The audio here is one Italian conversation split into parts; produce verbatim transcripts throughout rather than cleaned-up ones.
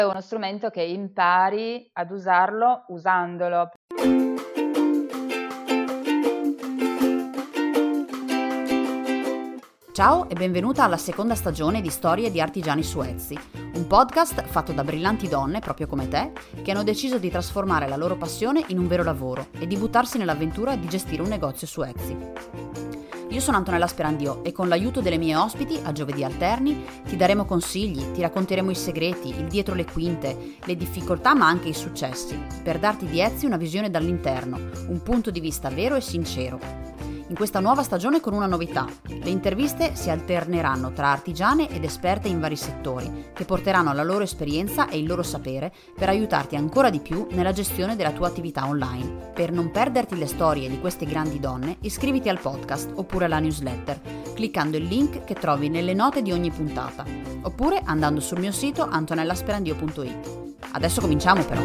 È uno strumento che impari ad usarlo usandolo. Ciao e benvenuta alla seconda stagione di Storie di Artigiani su Etsy, un podcast fatto da brillanti donne, proprio come te, che hanno deciso di trasformare la loro passione in un vero lavoro e di buttarsi nell'avventura di gestire un negozio su Etsy. Io sono Antonella Sperandio e con l'aiuto delle mie ospiti, a giovedì alterni, ti daremo consigli, ti racconteremo i segreti, il dietro le quinte, le difficoltà ma anche i successi, per darti di Etsy una visione dall'interno, un punto di vista vero e sincero. In questa nuova stagione con una novità: le interviste si alterneranno tra artigiane ed esperte in vari settori, che porteranno la loro esperienza e il loro sapere per aiutarti ancora di più nella gestione della tua attività online. Per non perderti le storie di queste grandi donne, iscriviti al podcast oppure alla newsletter, cliccando il link che trovi nelle note di ogni puntata, oppure andando sul mio sito antonellasperandio punto it. Adesso cominciamo però!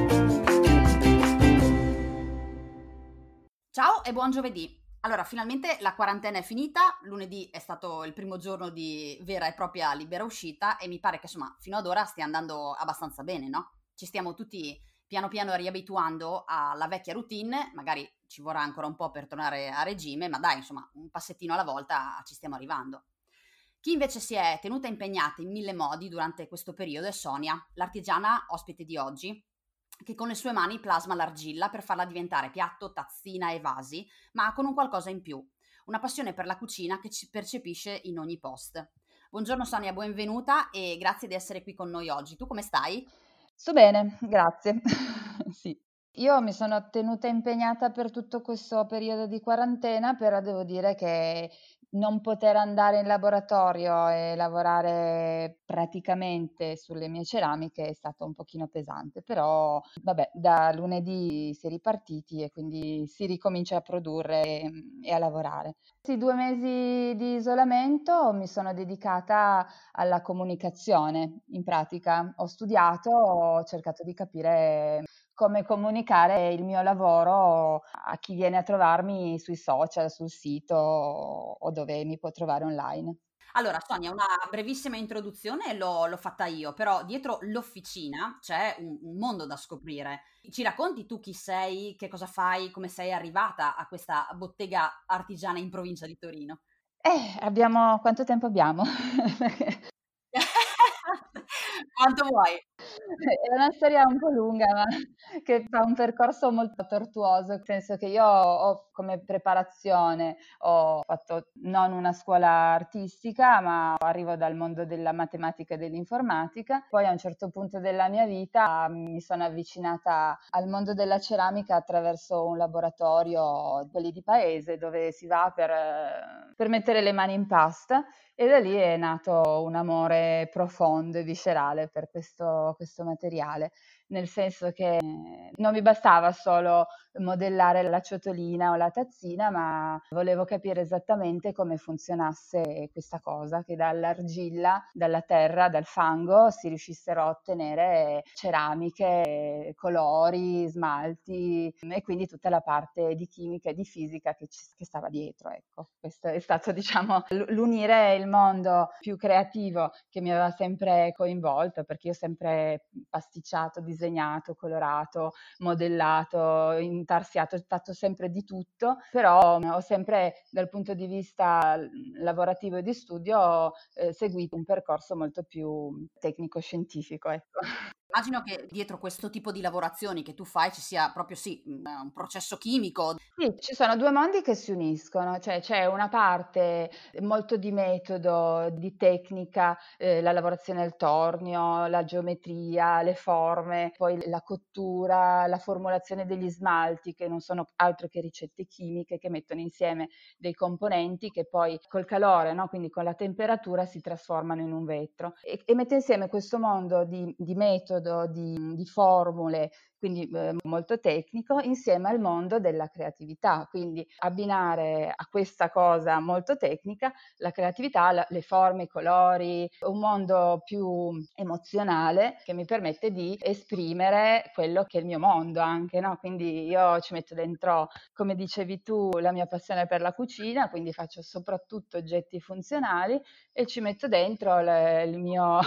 Ciao e buon giovedì! Allora, finalmente la quarantena è finita, lunedì è stato il primo giorno di vera e propria libera uscita e mi pare che insomma fino ad ora stia andando abbastanza bene, no? Ci stiamo tutti piano piano riabituando alla vecchia routine, magari ci vorrà ancora un po' per tornare a regime, ma dai, insomma, un passettino alla volta ci stiamo arrivando. Chi invece si è tenuta impegnata in mille modi durante questo periodo è Sonia, l'artigiana ospite di oggi, che con le sue mani plasma l'argilla per farla diventare piatto, tazzina e vasi, ma con un qualcosa in più, una passione per la cucina che ci percepisce in ogni post. Buongiorno Sonia, benvenuta e grazie di essere qui con noi oggi. Tu come stai? Sto bene, grazie. Sì. Io mi sono tenuta impegnata per tutto questo periodo di quarantena, però devo dire che non poter andare in laboratorio e lavorare praticamente sulle mie ceramiche è stato un pochino pesante, però vabbè, da lunedì si è ripartiti e quindi si ricomincia a produrre e, e a lavorare. Questi due mesi di isolamento mi sono dedicata alla comunicazione, in pratica. Ho studiato, ho cercato di capire come comunicare il mio lavoro a chi viene a trovarmi sui social, sul sito o dove mi può trovare online. Allora, Sonia, una brevissima introduzione l'ho, l'ho fatta io, però dietro l'officina c'è un, un mondo da scoprire. Ci racconti tu chi sei, che cosa fai, come sei arrivata a questa bottega artigiana in provincia di Torino? Eh, abbiamo quanto tempo abbiamo? Quanto vuoi? È una storia un po' lunga, ma che fa un percorso molto tortuoso, nel senso che io ho come preparazione, ho fatto non una scuola artistica, ma arrivo dal mondo della matematica e dell'informatica. Poi a un certo punto della mia vita mi sono avvicinata al mondo della ceramica attraverso un laboratorio, quelli di paese, dove si va per, per mettere le mani in pasta. E da lì è nato un amore profondo e viscerale per questo, questo materiale, nel senso che non mi bastava solo modellare la ciotolina o la tazzina, ma volevo capire esattamente come funzionasse questa cosa, che dall'argilla, dalla terra, dal fango si riuscissero a ottenere ceramiche, colori, smalti e quindi tutta la parte di chimica e di fisica che, ci, che stava dietro. Ecco, questo è stato, diciamo, l'unire il mondo più creativo che mi aveva sempre coinvolto, perché io ho sempre pasticciato, disegnato, colorato, modellato, intarsiato, fatto sempre di tutto, però ho sempre dal punto di vista lavorativo e di studio eh, seguito un percorso molto più tecnico-scientifico, ecco. Immagino che dietro questo tipo di lavorazioni che tu fai ci sia proprio sì, un un processo chimico. Sì, ci sono due mondi che si uniscono, cioè c'è una parte molto di metodo, di tecnica, ehm, la lavorazione al tornio, la geometria, le forme, poi la cottura, la formulazione degli smalti, che non sono altro che ricette chimiche che mettono insieme dei componenti che poi col calore, no, quindi con la temperatura si trasformano in un vetro. E e mette insieme questo mondo di di metodo, di di formule quindi eh, molto tecnico, insieme al mondo della creatività, quindi abbinare a questa cosa molto tecnica la creatività, la, le forme, i colori, un mondo più emozionale che mi permette di esprimere quello che è il mio mondo anche, no? Quindi io ci metto dentro, come dicevi tu, la mia passione per la cucina, quindi faccio soprattutto oggetti funzionali e ci metto dentro le, il mio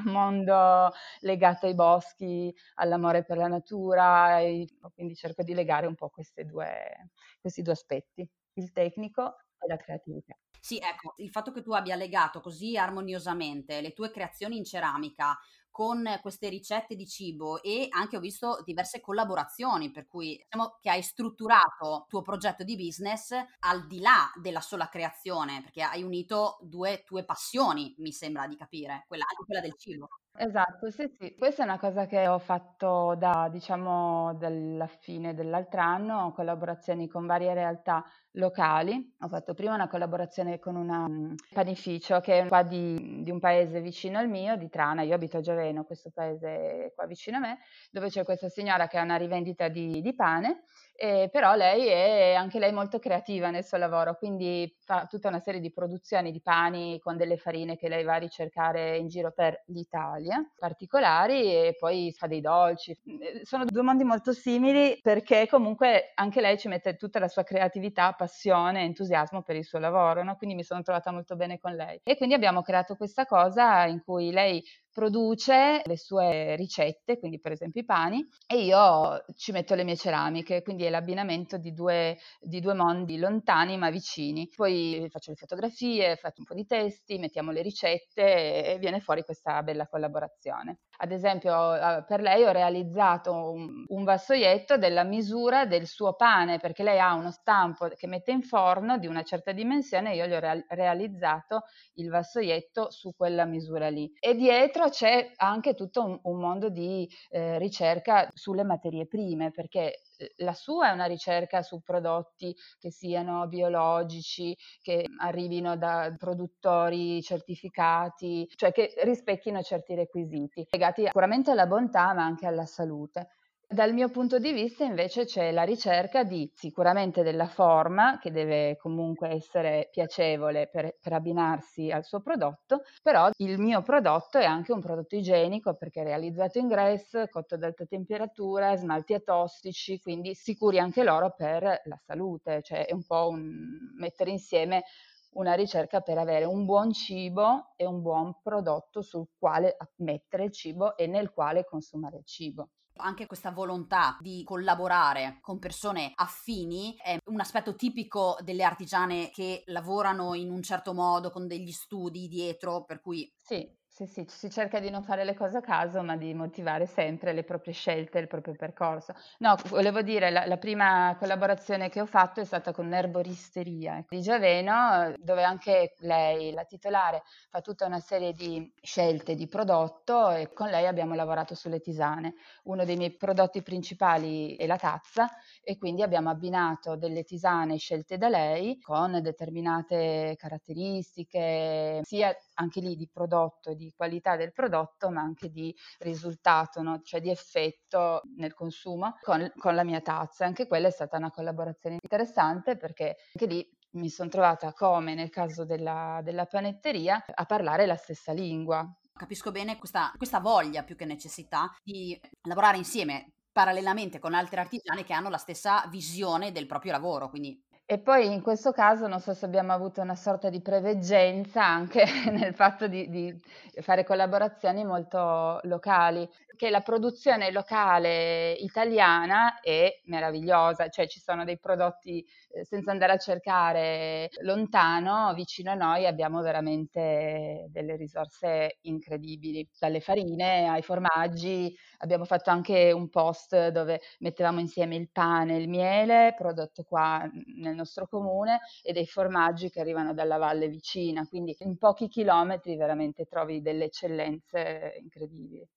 mondo legato ai boschi, all'amore per la natura, e quindi cerco di legare un po' queste due, questi due aspetti, il tecnico e la creatività. Sì, ecco, il fatto che tu abbia legato così armoniosamente le tue creazioni in ceramica con queste ricette di cibo e anche ho visto diverse collaborazioni, per cui diciamo che hai strutturato il tuo progetto di business al di là della sola creazione, perché hai unito due tue passioni, mi sembra di capire, quella anche quella del cibo. Esatto, sì, sì. Questa è una cosa che ho fatto da, diciamo, dalla fine dell'altro anno, collaborazioni con varie realtà locali. Ho fatto prima una collaborazione con una mm, panificio che è qua di, di un paese vicino al mio, di Trana. Io abito a Giaveno, questo paese qua vicino a me, dove c'è questa signora che ha una rivendita di, di pane, e però lei è anche lei molto creativa nel suo lavoro, quindi fa tutta una serie di produzioni di pani con delle farine che lei va a ricercare in giro per l'Italia, particolari, e poi fa dei dolci. Eh, Sono due mondi molto simili perché comunque anche lei ci mette tutta la sua creatività, passione, entusiasmo per il suo lavoro, no? Quindi mi sono trovata molto bene con lei. E quindi abbiamo creato questa cosa in cui lei produce le sue ricette, quindi per esempio i pani, e io ci metto le mie ceramiche, quindi è l'abbinamento di due, di due mondi lontani ma vicini. Poi faccio le fotografie, faccio un po' di testi, mettiamo le ricette e viene fuori questa bella collaborazione. Ad esempio, eh, per lei ho realizzato un, un vassoietto della misura del suo pane, perché lei ha uno stampo che mette in forno di una certa dimensione e io gli ho real- realizzato il vassoietto su quella misura lì. E dietro c'è anche tutto un, un mondo di eh, ricerca sulle materie prime, perché la sua è una ricerca su prodotti che siano biologici, che arrivino da produttori certificati, cioè che rispecchino certi requisiti, legati sicuramente alla bontà ma anche alla salute. Dal mio punto di vista invece c'è la ricerca di sicuramente della forma, che deve comunque essere piacevole per, per abbinarsi al suo prodotto, però il mio prodotto è anche un prodotto igienico perché è realizzato in gress, cotto ad alta temperatura, smalti atossici, quindi sicuri anche loro per la salute, cioè è un po' un mettere insieme una ricerca per avere un buon cibo e un buon prodotto sul quale mettere il cibo e nel quale consumare il cibo. Anche questa volontà di collaborare con persone affini è un aspetto tipico delle artigiane che lavorano in un certo modo, con degli studi dietro, per cui Sì, sì, sì, si cerca di non fare le cose a caso, ma di motivare sempre le proprie scelte, il proprio percorso. No, volevo dire, la, la prima collaborazione che ho fatto è stata con un'erboristeria di Giaveno, eh, dove anche lei, la titolare, fa tutta una serie di scelte di prodotto e con lei abbiamo lavorato sulle tisane. Uno dei miei prodotti principali è la tazza e quindi abbiamo abbinato delle tisane scelte da lei con determinate caratteristiche, sia anche lì di prodotto e di qualità del prodotto, ma anche di risultato, no? Cioè di effetto nel consumo con, con la mia tazza. Anche quella è stata una collaborazione interessante perché anche lì mi sono trovata come nel caso della, della panetteria a parlare la stessa lingua. capisco bene questa, questa voglia più che necessità di lavorare insieme parallelamente con altre artigiane che hanno la stessa visione del proprio lavoro, quindi E poi in questo caso non so se abbiamo avuto una sorta di preveggenza anche nel fatto di, di fare collaborazioni molto locali, che la produzione locale italiana è meravigliosa, cioè ci sono dei prodotti eh, senza andare a cercare lontano, vicino a noi abbiamo veramente delle risorse incredibili, dalle farine ai formaggi. Abbiamo fatto anche un post dove mettevamo insieme il pane e il miele, prodotto qua nel nostro comune, e dei formaggi che arrivano dalla valle vicina, quindi in pochi chilometri veramente trovi delle eccellenze incredibili.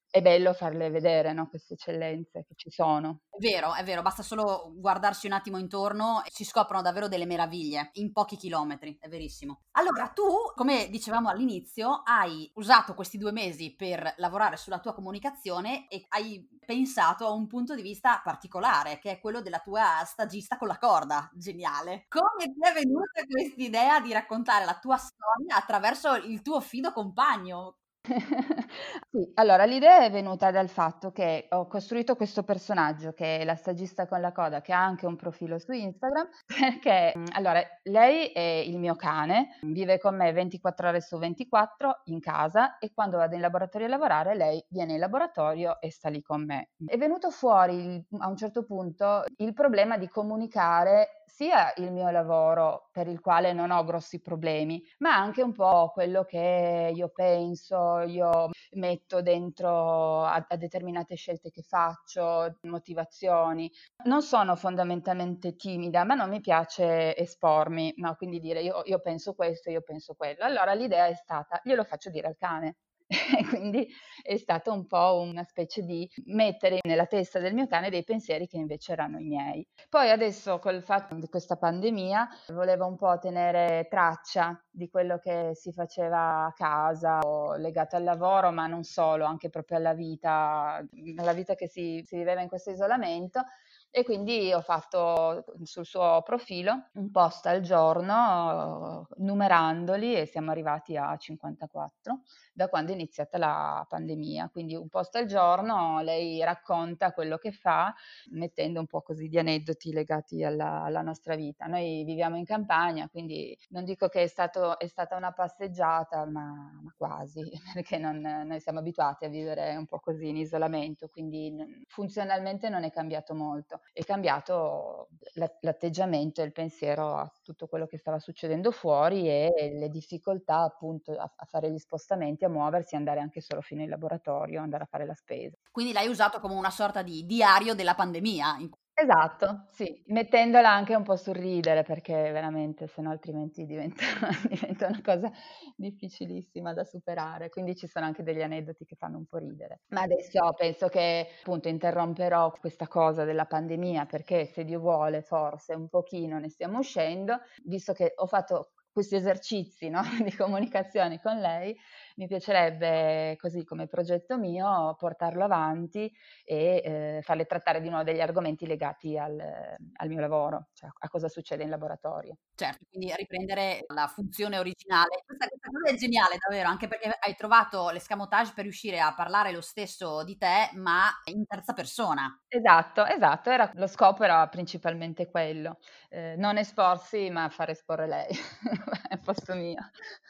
è bello farle vedere, no, queste eccellenze che ci sono. È vero, è vero, basta solo guardarsi un attimo intorno e si scoprono davvero delle meraviglie in pochi chilometri, è verissimo. Allora, tu, come dicevamo all'inizio, hai usato questi due mesi per lavorare sulla tua comunicazione e hai pensato a un punto di vista particolare, che è quello della tua stagista con la corda. Geniale. Come ti è venuta questa idea di raccontare la tua storia attraverso il tuo fido compagno? Sì, allora l'idea è venuta dal fatto che ho costruito questo personaggio che è la stagista con la coda, che ha anche un profilo su Instagram, perché mh, allora lei è il mio cane, vive con me ventiquattro ore su ventiquattro in casa e quando vado in laboratorio a lavorare lei viene in laboratorio e sta lì con me. È venuto fuori il- a un certo punto il problema di comunicare sia il mio lavoro per il quale non ho grossi problemi, ma anche un po' quello che io penso, io metto dentro a, a determinate scelte che faccio, motivazioni. Non sono fondamentalmente timida, ma non mi piace espormi, no? Quindi dire io, io penso questo, io penso quello. Allora l'idea è stata, glielo faccio dire al cane. E quindi è stato un po' una specie di mettere nella testa del mio cane dei pensieri che invece erano i miei. Poi adesso col fatto di questa pandemia volevo un po' tenere traccia di quello che si faceva a casa o legato al lavoro, ma non solo, anche proprio alla vita, alla vita che si, si viveva in questo isolamento. E quindi ho fatto sul suo profilo un post al giorno, numerandoli, e siamo arrivati a cinquantaquattro da quando è iniziata la pandemia. Quindi un post al giorno, lei racconta quello che fa, mettendo un po' così di aneddoti legati alla, alla nostra vita. Noi viviamo in campagna, quindi non dico che è, stato, è stata una passeggiata, ma, ma quasi, perché non, noi siamo abituati a vivere un po' così in isolamento, quindi n- funzionalmente non è cambiato molto. È cambiato la- l'atteggiamento e il pensiero a tutto quello che stava succedendo fuori e le difficoltà appunto a, a fare gli spostamenti, a muoversi, andare anche solo fino in laboratorio, andare a fare la spesa. Quindi l'hai usato come una sorta di diario della pandemia. in- Esatto, sì, mettendola anche un po' sul ridere perché veramente se no altrimenti diventa, diventa una cosa difficilissima da superare, quindi ci sono anche degli aneddoti che fanno un po' ridere. Ma adesso penso che appunto interromperò questa cosa della pandemia perché se Dio vuole forse un pochino ne stiamo uscendo, visto che ho fatto questi esercizi, no, di comunicazione con lei, mi piacerebbe così come progetto mio portarlo avanti e eh, farle trattare di nuovo degli argomenti legati al, al mio lavoro, cioè a cosa succede in laboratorio. Certo, quindi riprendere la funzione originale. Questa questa cosa è geniale davvero, anche perché hai trovato l'escamotage per riuscire a parlare lo stesso di te, ma in terza persona. Esatto, esatto, era, lo scopo era principalmente quello, eh, non esporsi ma far esporre lei, al posto mio.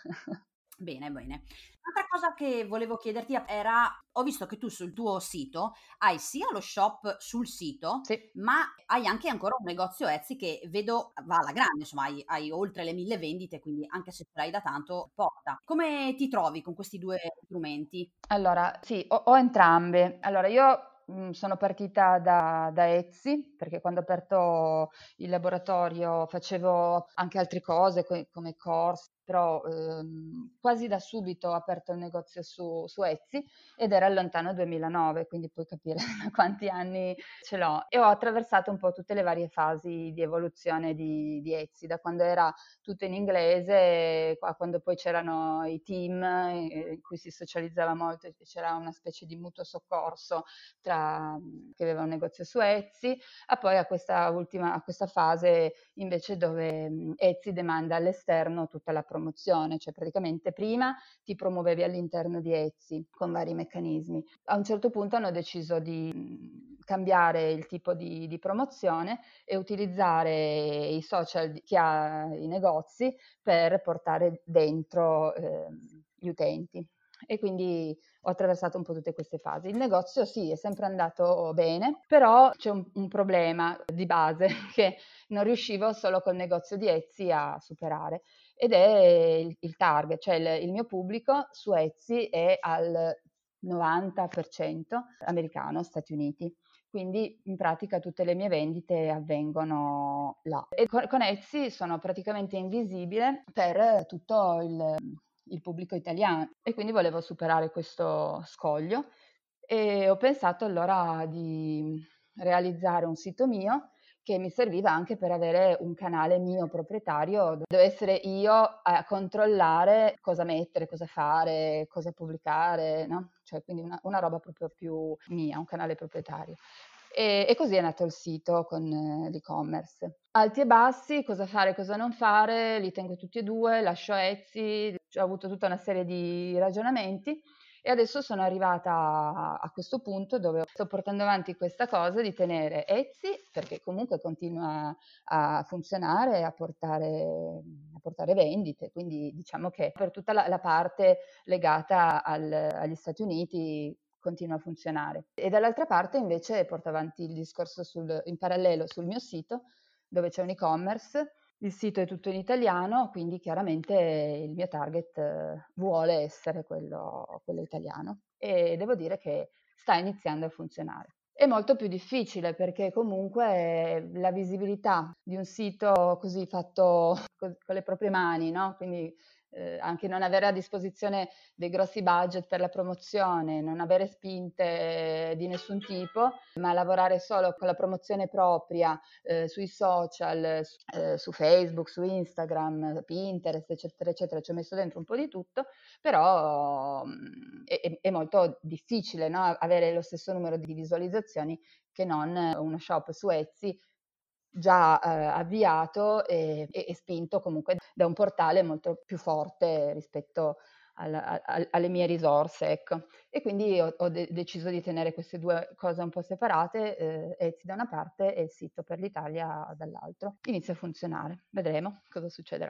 Bene, bene. Un'altra cosa che volevo chiederti era, ho visto che tu sul tuo sito hai sia lo shop sul sito, Sì. ma hai anche ancora un negozio Etsy che vedo va alla grande, insomma, hai, hai oltre le mille vendite, quindi anche se ce l'hai da tanto, porta. Come ti trovi con questi due strumenti? Allora, sì, ho, ho entrambe. Allora, io mh, sono partita da, da Etsy perché quando ho aperto il laboratorio facevo anche altre cose co- come corsi, però ehm, quasi da subito ho aperto il negozio su, su Etsy ed era il lontano duemilanove, quindi puoi capire da quanti anni ce l'ho. E ho attraversato un po' tutte le varie fasi di evoluzione di, di Etsy, da quando era tutto in inglese, a quando poi c'erano i team eh, in cui si socializzava molto, e c'era una specie di mutuo soccorso tra, che aveva un negozio su Etsy, a poi a questa ultima, a questa fase invece dove mh, Etsy demanda all'esterno tutta la promozione, cioè praticamente prima ti promuovevi all'interno di Etsy con vari meccanismi. A un certo punto hanno deciso di mh, cambiare il tipo di, di promozione e utilizzare i social di chi ha i negozi per portare dentro eh, gli utenti. E quindi ho attraversato un po' tutte queste fasi. Il negozio sì, è sempre andato bene, però c'è un, un problema di base che non riuscivo solo col negozio di Etsy a superare ed è il, il target, cioè il, il mio pubblico su Etsy è al novanta per cento americano, Stati Uniti. Quindi in pratica tutte le mie vendite avvengono là. E con, con Etsy sono praticamente invisibile per tutto il, il pubblico italiano e quindi volevo superare questo scoglio e ho pensato allora di realizzare un sito mio che mi serviva anche per avere un canale mio proprietario, dove essere io a controllare cosa mettere, cosa fare, cosa pubblicare, no? Cioè, quindi una, una roba proprio più mia, un canale proprietario. E, e così è nato il sito con eh, l'e-commerce. Alti e bassi, cosa fare, cosa non fare, li tengo tutti e due, lascio Etsy, ho avuto tutta una serie di ragionamenti e adesso sono arrivata a, a questo punto dove sto portando avanti questa cosa di tenere Etsy, perché comunque continua a funzionare, a portare, a portare vendite, quindi diciamo che per tutta la, la parte legata al, agli Stati Uniti continua a funzionare. E dall'altra parte invece porto avanti il discorso sul, in parallelo sul mio sito, dove c'è un e-commerce. Il sito è tutto in italiano, quindi chiaramente il mio target eh, vuole essere quello, quello italiano e devo dire che sta iniziando a funzionare. È molto più difficile perché comunque la visibilità di un sito così fatto con le proprie mani, no? Quindi eh, anche non avere a disposizione dei grossi budget per la promozione, non avere spinte di nessun tipo, ma lavorare solo con la promozione propria eh, sui social, su, eh, su Facebook, su Instagram, Pinterest, eccetera, eccetera. Ci ho messo dentro un po' di tutto, però mh, è, è molto difficile, no? Avere lo stesso numero di visualizzazioni che non uno shop su Etsy già eh, avviato e, e, e spinto comunque da un portale molto più forte rispetto al, al, alle mie risorse, ecco. E quindi ho, ho de- deciso di tenere queste due cose un po' separate, eh, Etsy da una parte e il sito per l'Italia dall'altro. Inizia a funzionare, vedremo cosa succederà.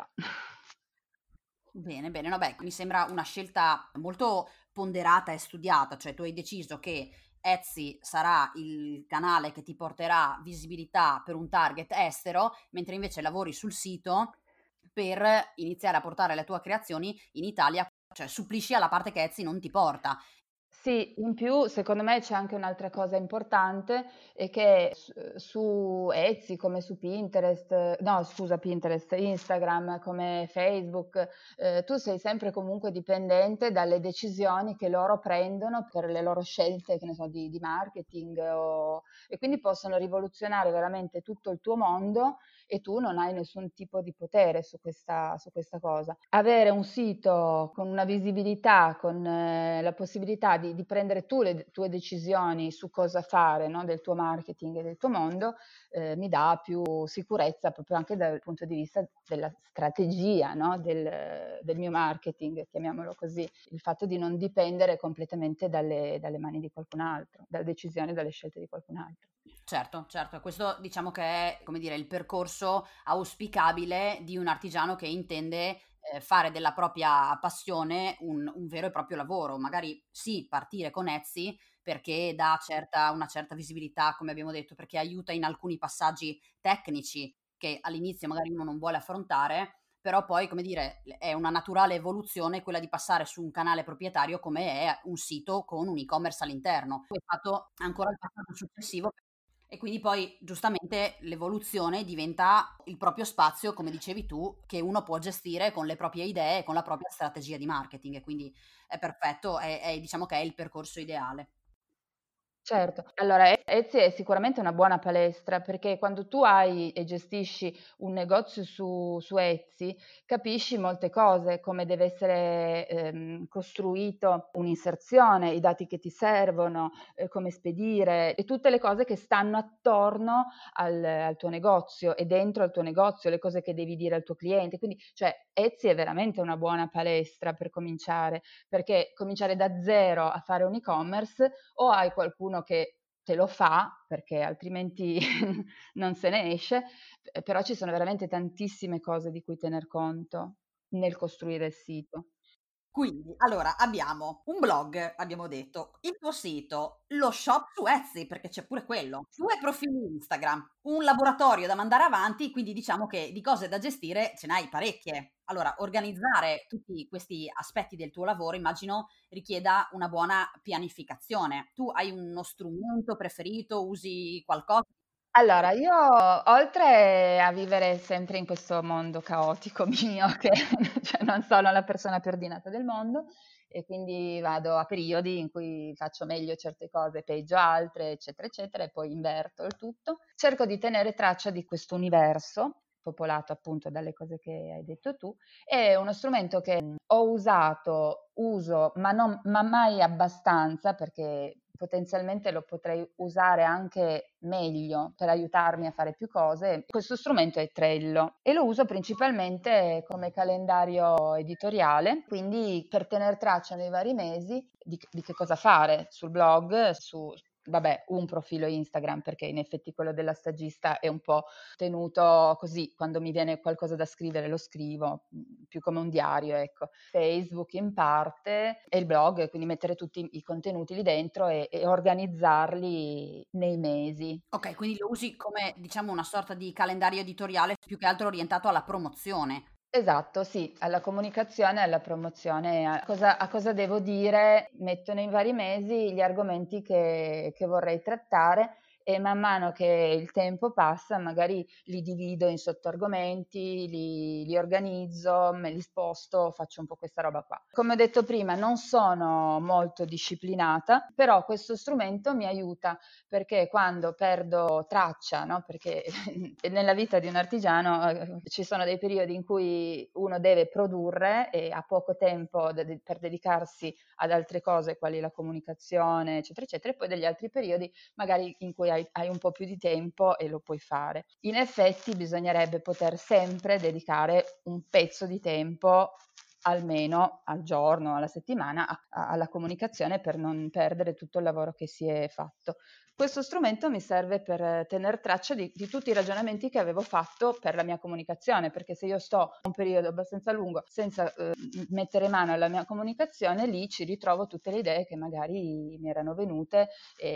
Bene, bene, no, beh, mi sembra una scelta molto ponderata e studiata, cioè tu hai deciso che Etsy sarà il canale che ti porterà visibilità per un target estero, mentre invece lavori sul sito per iniziare a portare le tue creazioni in Italia, cioè supplisci alla parte che Etsy non ti porta. Sì, in più secondo me c'è anche un'altra cosa importante, è che su su Etsy come su Pinterest, no scusa Pinterest, Instagram come Facebook, eh, tu sei sempre comunque dipendente dalle decisioni che loro prendono per le loro scelte, che ne so, di, di marketing o- e quindi possono rivoluzionare veramente tutto il tuo mondo e tu non hai nessun tipo di potere su questa, su questa cosa. Avere un sito con una visibilità, con eh, la possibilità di, di prendere tu le tue decisioni su cosa fare, no, del tuo marketing e del tuo mondo, eh, mi dà più sicurezza proprio anche dal punto di vista della strategia, no, del, del mio marketing, chiamiamolo così, il fatto di non dipendere completamente dalle, dalle mani di qualcun altro, dalle decisioni e dalle scelte di qualcun altro. Certo, certo, questo diciamo che è, come dire, il percorso auspicabile di un artigiano che intende eh, fare della propria passione un, un vero e proprio lavoro. Magari sì, partire con Etsy perché dà certa, una certa visibilità, come abbiamo detto, perché aiuta in alcuni passaggi tecnici che all'inizio magari uno non vuole affrontare, però poi, come dire, è una naturale evoluzione quella di passare su un canale proprietario come è un sito con un e-commerce all'interno. Poi è fatto ancora il passaggio successivo e quindi poi giustamente l'evoluzione diventa il proprio spazio, come dicevi tu, che uno può gestire con le proprie idee, con la propria strategia di marketing e quindi è perfetto, è, è- diciamo che è il percorso ideale. Certo, allora E Etsy è sicuramente una buona palestra perché quando tu hai e gestisci un negozio su, su Etsy capisci molte cose, come deve essere ehm, costruito un'inserzione, i dati che ti servono, eh, come spedire e tutte le cose che stanno attorno al, al tuo negozio e dentro al tuo negozio, le cose che devi dire al tuo cliente. Quindi, cioè, Etsy è veramente una buona palestra per cominciare, perché cominciare da zero a fare un e-commerce o hai qualcuno che te lo fa, perché altrimenti non se ne esce, eh, però ci sono veramente tantissime cose di cui tener conto nel costruire il sito. Quindi, allora, abbiamo un blog, abbiamo detto, il tuo sito, lo shop su Etsy, perché c'è pure quello, due profili Instagram, un laboratorio da mandare avanti, quindi diciamo che di cose da gestire ce n'hai parecchie. Allora, organizzare tutti questi aspetti del tuo lavoro, immagino, richieda una buona pianificazione. Tu hai uno strumento preferito, usi qualcosa? Allora, io oltre a vivere sempre in questo mondo caotico mio, che cioè non sono la persona più ordinata del mondo, e quindi vado a periodi in cui faccio meglio certe cose, peggio altre, eccetera, eccetera, e poi inverto il tutto. Cerco di tenere traccia di questo universo popolato appunto dalle cose che hai detto tu. È uno strumento che ho usato, uso, ma, non, ma mai abbastanza, perché potenzialmente lo potrei usare anche meglio per aiutarmi a fare più cose. Questo strumento è Trello e lo uso principalmente come calendario editoriale, quindi per tenere traccia nei vari mesi di, di che cosa fare sul blog, su, vabbè, un profilo Instagram, perché in effetti quello della stagista è un po' tenuto così, quando mi viene qualcosa da scrivere lo scrivo, più come un diario, ecco. Facebook in parte e il blog, quindi mettere tutti i contenuti lì dentro e, e organizzarli nei mesi. Ok, quindi lo usi come, diciamo, una sorta di calendario editoriale più che altro orientato alla promozione. Esatto, sì, alla comunicazione e alla promozione, a cosa, a cosa devo dire, metto nei vari mesi gli argomenti che, che vorrei trattare e man mano che il tempo passa magari li divido in sottoargomenti, li, li organizzo, me li sposto, faccio un po' questa roba qua. Come ho detto prima, non sono molto disciplinata, però questo strumento mi aiuta perché quando perdo traccia, no? Perché nella vita di un artigiano eh, ci sono dei periodi in cui uno deve produrre e ha poco tempo de- per dedicarsi ad altre cose, quali la comunicazione, eccetera, eccetera, e poi degli altri periodi magari in cui hai, hai un po' più di tempo e lo puoi fare. In effetti bisognerebbe poter sempre dedicare un pezzo di tempo almeno al giorno, alla settimana, a- a- alla comunicazione per non perdere tutto il lavoro che si è fatto. Questo strumento mi serve per tener traccia di, di tutti i ragionamenti che avevo fatto per la mia comunicazione, perché se io sto un periodo abbastanza lungo senza eh, mettere mano alla mia comunicazione, lì ci ritrovo tutte le idee che magari mi erano venute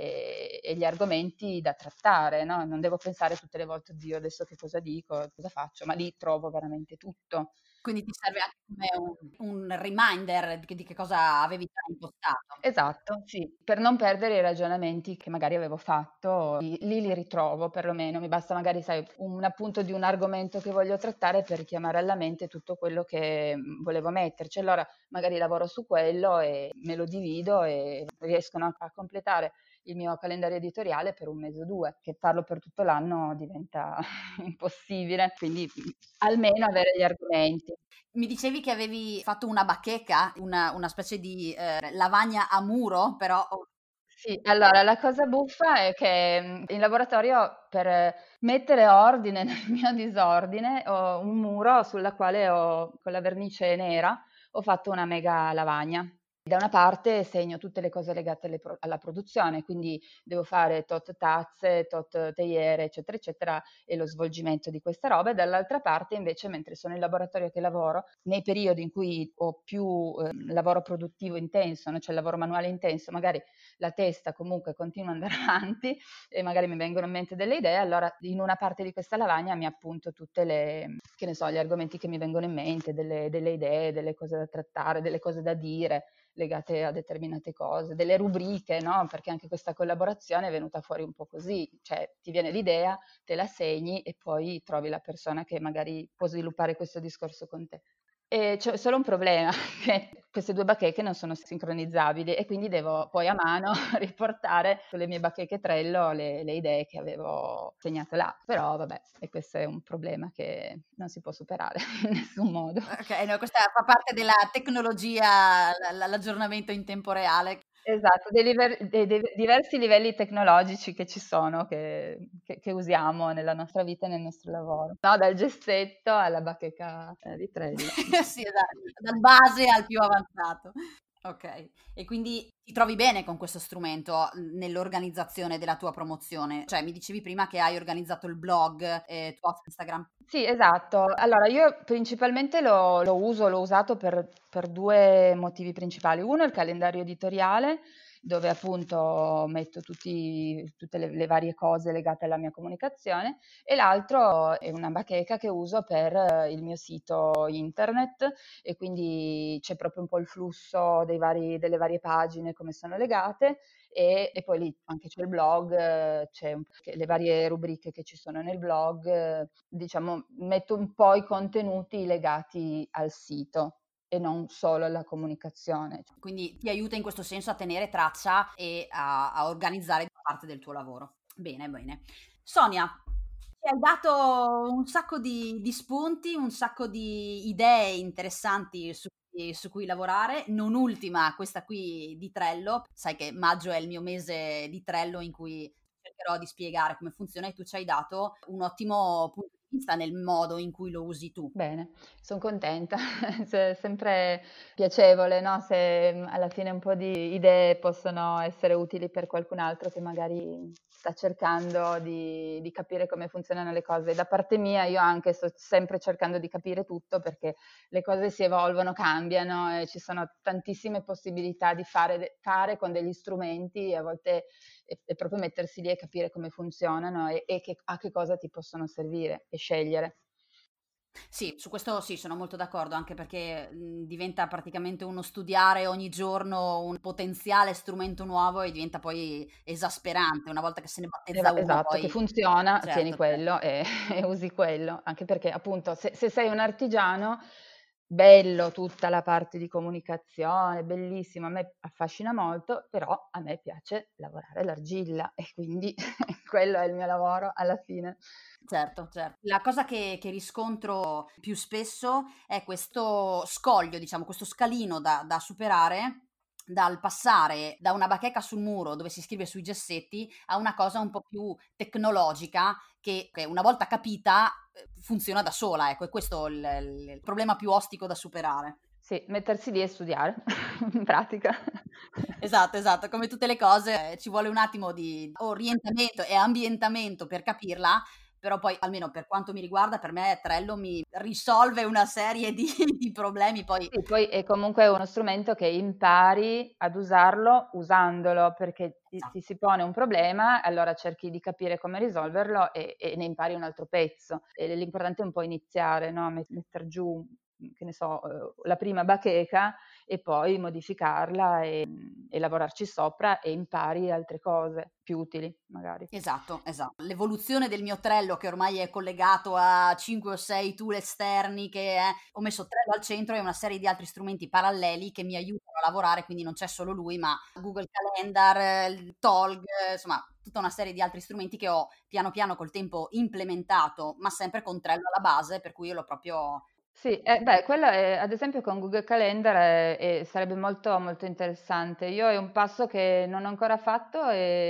e, e gli argomenti da trattare, no? Non devo pensare tutte le volte, Dio, adesso che cosa dico, cosa faccio, ma lì trovo veramente tutto. Quindi ti serve anche come un, un reminder di che, di che cosa avevi già impostato. Esatto, sì, per non perdere i ragionamenti che magari avevo fatto, lì lì li ritrovo perlomeno, mi basta magari, sai, un appunto di un argomento che voglio trattare per richiamare alla mente tutto quello che mh, volevo metterci. Allora magari lavoro su quello e me lo divido e riescono a, a completare il mio calendario editoriale per un mese o due, che farlo per tutto l'anno diventa impossibile, quindi mh, almeno avere gli argomenti. Mi dicevi che avevi fatto una bacheca, una, una specie di eh, lavagna a muro, però Sì, allora la cosa buffa è che mh, in laboratorio per mettere ordine nel mio disordine ho un muro sulla quale ho, con la vernice nera, ho fatto una mega lavagna. Da una parte segno tutte le cose legate alle pro- alla produzione, quindi devo fare tot tazze, tot teiere, eccetera, eccetera, e lo svolgimento di questa roba. E dall'altra parte, invece, mentre sono in laboratorio che lavoro, nei periodi in cui ho più eh, lavoro produttivo intenso, no? Cioè lavoro manuale intenso, magari la testa comunque continua ad andare avanti e magari mi vengono in mente delle idee, allora in una parte di questa lavagna mi appunto tutte le, che ne so, gli argomenti che mi vengono in mente, delle, delle idee, delle cose da trattare, delle cose da dire legate a determinate cose, delle rubriche, no? Perché anche questa collaborazione è venuta fuori un po' così, cioè ti viene l'idea, te la segni e poi trovi la persona che magari può sviluppare questo discorso con te. E c'è solo un problema, che queste due bacheche non sono sincronizzabili e quindi devo poi a mano riportare sulle mie bacheche Trello le, le idee che avevo segnato là. Però vabbè, e questo è un problema che non si può superare in nessun modo. okay, no, questa fa parte della tecnologia, l l l'aggiornamento in tempo reale. Esatto, dei liver dei dei diversi livelli tecnologici che ci sono, che che che usiamo nella nostra vita e nel nostro lavoro. No, dal gessetto alla bacheca, ehm, di Trello. Sì, esa dal base al più avanzato. Okay. E quindi ti trovi bene con questo strumento, mhmm, nell'organizzazione della tua promozione? Cioè, mi dicevi prima che hai organizzato il blog, ehm, tuo su Instagram. Sì, esatto. Allora io principalmente lo lo uso, l'ho usato per per due motivi principali. Uno è il calendario editoriale, dove appunto metto tutti tutte le le varie cose legate alla mia comunicazione, e l'altro è una bacheca che uso per eh, il mio sito internet e quindi c'è proprio un po' il flusso dei vari delle varie pagine, come sono legate e e poi lì anche c'è il blog, eh, c'è un che le varie rubriche che ci sono nel blog, eh, diciamo metto un po' i contenuti legati al sito. e non solo la comunicazione. Quindi ti aiuta in questo senso a tenere traccia e a, a organizzare parte del tuo lavoro. Bene, bene. Sonia, ci hai dato un sacco di, di spunti, un sacco di idee interessanti su, su cui lavorare, non ultima questa qui di Trello. Sai che maggio è il mio mese di Trello in cui cercherò di spiegare come funziona e tu ci hai dato un ottimo punto di vista nel modo in cui lo usi tu. Bene, son contenta. Se è sempre piacevole, no, se, mhmm, alla fine un po' di idee possono essere utili per qualcun altro che magari sta cercando di di capire come funzionano le cose. Da parte mia io anche sto sempre cercando di capire tutto perché le cose si evolvono, cambiano e ci sono tantissime possibilità di fare de fare con degli strumenti e a volte è è proprio mettersi lì e capire come funzionano e e che a che cosa ti possono servire e scegliere. Sì, su questo sì, sono molto d'accordo, anche perché mh, diventa praticamente uno studiare ogni giorno un potenziale strumento nuovo e diventa poi esasperante una volta che se ne battezza Esa uno, esatto, che poi funziona, tieni certo, certo. quello e e usi quello, anche perché appunto se se sei un artigiano, bello tutta la parte di comunicazione, bellissimo, a me affascina molto, però a me piace lavorare l'argilla e quindi quello è il mio lavoro alla fine. Certo, certo. La cosa che che riscontro più spesso è questo scoglio, diciamo, questo scalino da da superare, dal passare da una bacheca sul muro dove si scrive sui gessetti, a una cosa un po' più tecnologica che che una volta capita, ehm, funziona da sola, ecco, è questo il il il problema più ostico da superare. Sì, mettersi lì e studiare in pratica. Esatto, esatto, come tutte le cose, eh, ci vuole un attimo di orientamento e ambientamento per capirla, però poi, almeno per quanto mi riguarda, per me Trello mi risolve una serie di di problemi, poi Sì, poi è comunque uno strumento che impari ad usarlo usandolo, perché ti ti si pone un problema, allora cerchi di capire come risolverlo e e ne impari un altro pezzo. E l'importante è un po' iniziare, no, met metter giù, mhmm, che ne so, uhm, la prima bacheca e poi modificarla, ehm, e lavorarci sopra e impari altre cose più utili magari. esatto, esatto. L'evoluzione del mio Trello che ormai è collegato a cinque o sei tool esterni che è ho messo Trello al centro e una serie di altri strumenti paralleli che mi aiutano a lavorare, quindi non c'è solo lui, ma Google Calendar, il Tolg, insomma tutta una serie di altri strumenti che ho piano piano col tempo implementato, ma sempre con Trello alla base, per cui io l'ho proprio Sì, eh, beh, quello è ad esempio con Google Calendar è è sarebbe molto, molto interessante. Io è un passo che non ho ancora fatto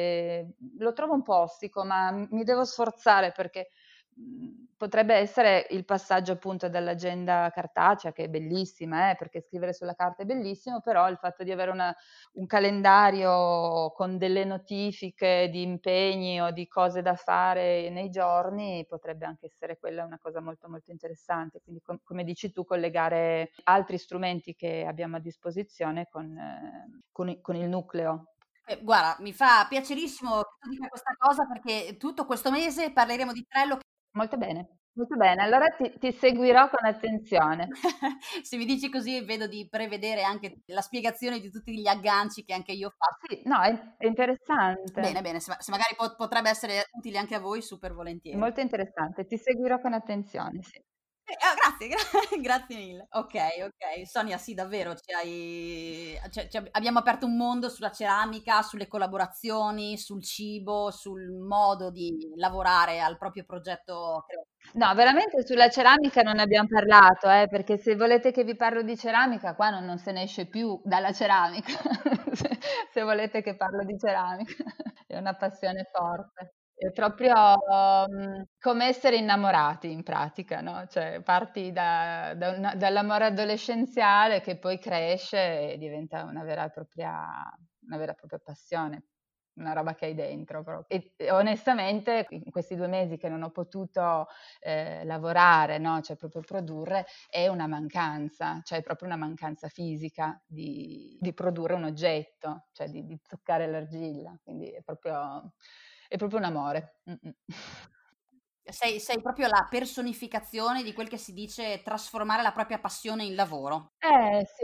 e lo trovo un po' ostico, ma m mi devo sforzare perché, mhmm, potrebbe essere il passaggio appunto dall'agenda cartacea, che è bellissima, eh, perché scrivere sulla carta è bellissimo, però il fatto di avere una un calendario con delle notifiche di impegni o di cose da fare nei giorni, potrebbe anche essere quella una cosa molto, molto interessante. Quindi com come dici tu, collegare altri strumenti che abbiamo a disposizione con ehm, con i con il nucleo. eh, guarda, mi fa piacerissimo che tu dica questa cosa perché tutto questo mese parleremo di Trello. Molto bene, molto bene. Allora ti ti seguirò con attenzione. Se mi dici così vedo di prevedere anche la spiegazione di tutti gli agganci che anche io ho fatto. Sì, no, è è Bene, interessante, bene, se ma se magari po potrebbe essere utile anche a voi, super è volentieri. molto interessante. Ti seguirò con attenzione, sì. Eh, ah, grazie, gra grazie mille. Okay, okay. Sonia, sì, davvero ci hai cioè ci ab abbiamo aperto un mondo sulla ceramica, sulle collaborazioni, sul cibo, sul modo di lavorare al proprio progetto crea No, veramente sulla ceramica non ne abbiam parlato, eh, perché se volete che vi parlo di ceramica qua non non se ne esce più dalla ceramica. Se se volete che parlo di ceramica. È una passione forte. È proprio, mhmm, come essere innamorati in pratica, no, cioè parti da da una dall'amore adolescenziale che poi cresce e diventa una vera e propria una vera e propria passione. Una roba che hai dentro pro e e onestamente in questi due mesi che non ho potuto, ehm, lavorare, no, cioè proprio produrre, è una mancanza, cioè è proprio una mancanza fisica di di produrre un oggetto, cioè di di toccare l'argilla, quindi è proprio è proprio un amore. Mh-mh. sei sei proprio la personificazione di quel che si dice trasformare la propria passione in lavoro. Eh sì,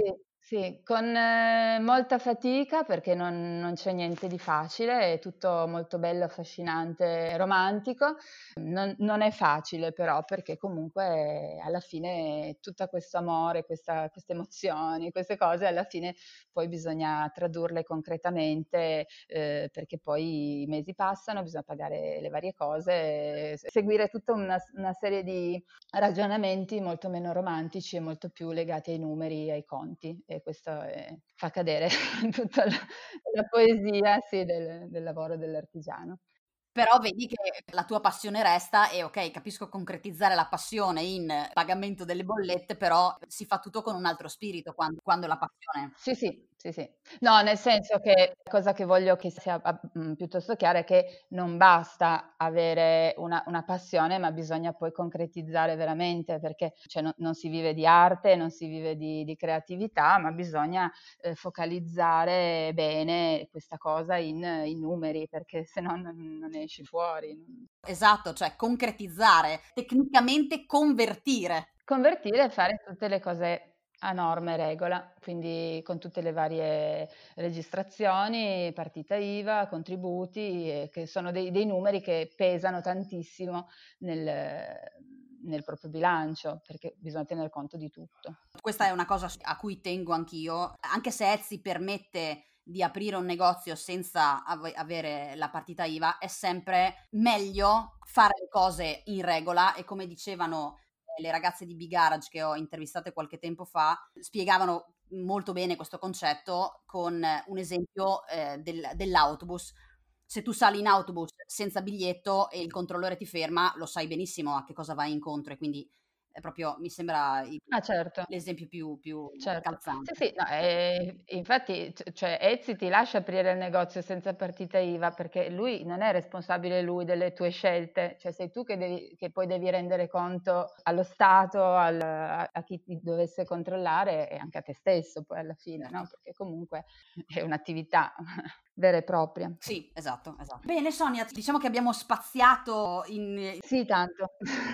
Sì, con eh, molta fatica perché non, non c'è niente di facile, è tutto molto bello, affascinante, romantico. Non, non è facile però perché comunque alla fine tutto questo amore, questa- queste emozioni, queste cose, alla fine poi bisogna tradurle concretamente eh, perché poi i mesi passano, bisogna pagare le varie cose, eh, seguire tutta una, una serie di ragionamenti molto meno romantici e molto più legati ai numeri e ai conti e questo è- fa cadere tutta la, la poesia, sì, del, del lavoro dell'artigiano. Però vedi che la tua passione resta e ok, capisco concretizzare la passione in pagamento delle bollette, però si fa tutto con un altro spirito quando, quando la passione. Sì, sì, sì, sì. No, nel senso che la cosa che voglio che sia a- mh, piuttosto chiara è che non basta avere una, una passione, ma bisogna poi concretizzare veramente, perché cioè, non, non si vive di arte, non si vive di, di creatività, ma bisogna eh, focalizzare bene questa cosa in, in numeri, perché se no non, non esci fuori. Esatto, cioè concretizzare, tecnicamente convertire. Convertire e fare tutte le cose a norma e regola, quindi con tutte le varie registrazioni, partita I V A, contributi, eh, che sono dei, dei numeri che pesano tantissimo nel, nel proprio bilancio, perché bisogna tener conto di tutto. Questa è una cosa a cui tengo anch'io, anche se Etsy permette di aprire un negozio senza av- avere la partita I V A, è sempre meglio fare le cose in regola e come dicevano eh, le ragazze di Big Garage che ho intervistate qualche tempo fa, spiegavano molto bene questo concetto con eh, un esempio eh, del- dell'autobus. Se tu sali in autobus senza biglietto e il controllore ti ferma, lo sai benissimo a che cosa vai incontro e quindi è proprio, mi sembra il- Ah, certo. l'esempio più, più Certo. Sì, calzante. sì, no, ehm, infatti c cioè Etsy ti lascia aprire il negozio senza partita I V A, perché lui non è responsabile lui delle tue scelte, cioè sei tu che devi che poi devi rendere conto allo Stato, al a a chi ti dovesse controllare e anche a te stesso poi alla fine, no, perché comunque è un'attività vera e propria. Sì, esatto, esatto. Bene Sonia, diciamo che abbiamo spaziato in Sì, tanto.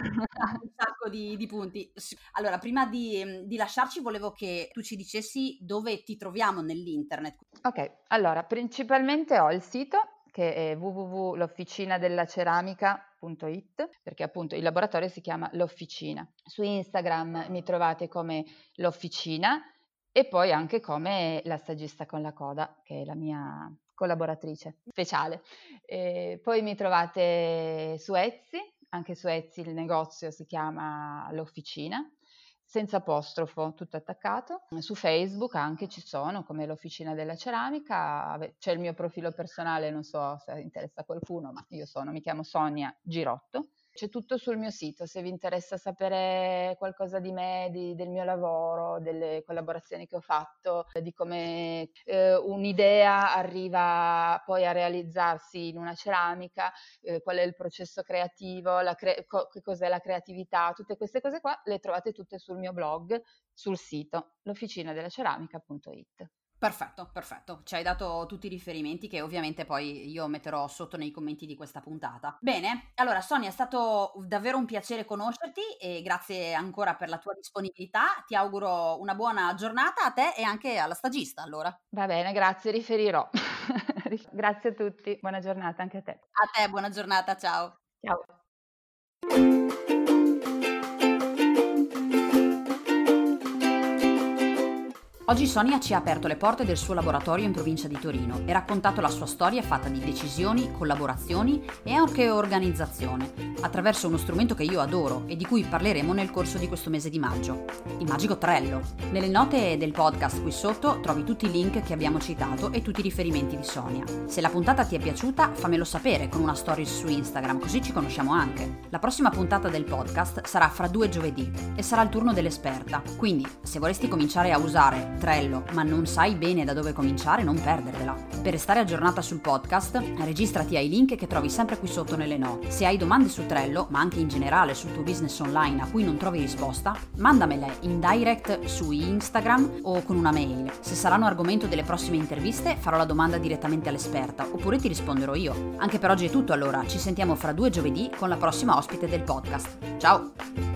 un sacco di, di punti. S- Allora, prima di, di lasciarci volevo che tu ci dicessi dove ti troviamo nell'internet. Okay, allora principalmente ho il sito che è w w w punto l'officinadellaceramica punto i t, perché appunto il laboratorio si chiama L'Officina. Su Instagram mi trovate come L'Officina e poi anche come La Stagista con la coda, che è la mia collaboratrice speciale. E poi mi trovate su Etsy, anche su Etsy il negozio si chiama L'Officina senza apostrofo, tutto attaccato. Su Facebook anche ci sono, come l'Officina della Ceramica, ave- c'è il mio profilo personale, non so se interessa a qualcuno, ma io sono, mi chiamo Sonia Girotto. C'è tutto sul mio sito, se vi interessa sapere qualcosa di me, di- del mio lavoro, delle collaborazioni che ho fatto, di come eh, un'idea arriva poi a realizzarsi in una ceramica, eh, qual è il processo creativo, la cre- co- che cos'è la creatività, tutte queste cose qua le trovate tutte sul mio blog, sul sito l'officinadellaceramica punto i t. Perfetto, perfetto. Ci hai dato tutti i riferimenti che ovviamente poi io metterò sotto nei commenti di questa puntata. Bene, allora Sonia, è stato davvero un piacere conoscerti e grazie ancora per la tua disponibilità. Ti auguro una buona giornata a te e anche alla stagista, allora. Va bene, grazie, riferirò. Grazie a tutti, buona giornata anche a te. A te, buona giornata, ciao. Ciao. Oggi Sonia ci ha aperto le porte del suo laboratorio in provincia di Torino e raccontato la sua storia fatta di decisioni, collaborazioni e anche organizzazione, attraverso uno strumento che io adoro e di cui parleremo nel corso di questo mese di maggio, il magico Trello. Nelle note del podcast qui sotto trovi tutti i link che abbiamo citato e tutti i riferimenti di Sonia. Se la puntata ti è piaciuta, fammelo sapere con una stories su Instagram, così ci conosciamo anche. La prossima puntata del podcast sarà fra due giovedì e sarà il turno dell'esperta, quindi se vorresti cominciare a usare Trello, ma non sai bene da dove cominciare, non perdertela. Per restare aggiornata sul podcast, registrati ai link che trovi sempre qui sotto nelle note. Se hai domande su Trello, ma anche in generale sul tuo business online a cui non trovi risposta, mandamele in direct su Instagram o con una mail. Se saranno argomento delle prossime interviste, farò la domanda direttamente all'esperta, oppure ti risponderò io. Anche per oggi è tutto allora, ci sentiamo fra due giovedì con la prossima ospite del podcast. Ciao!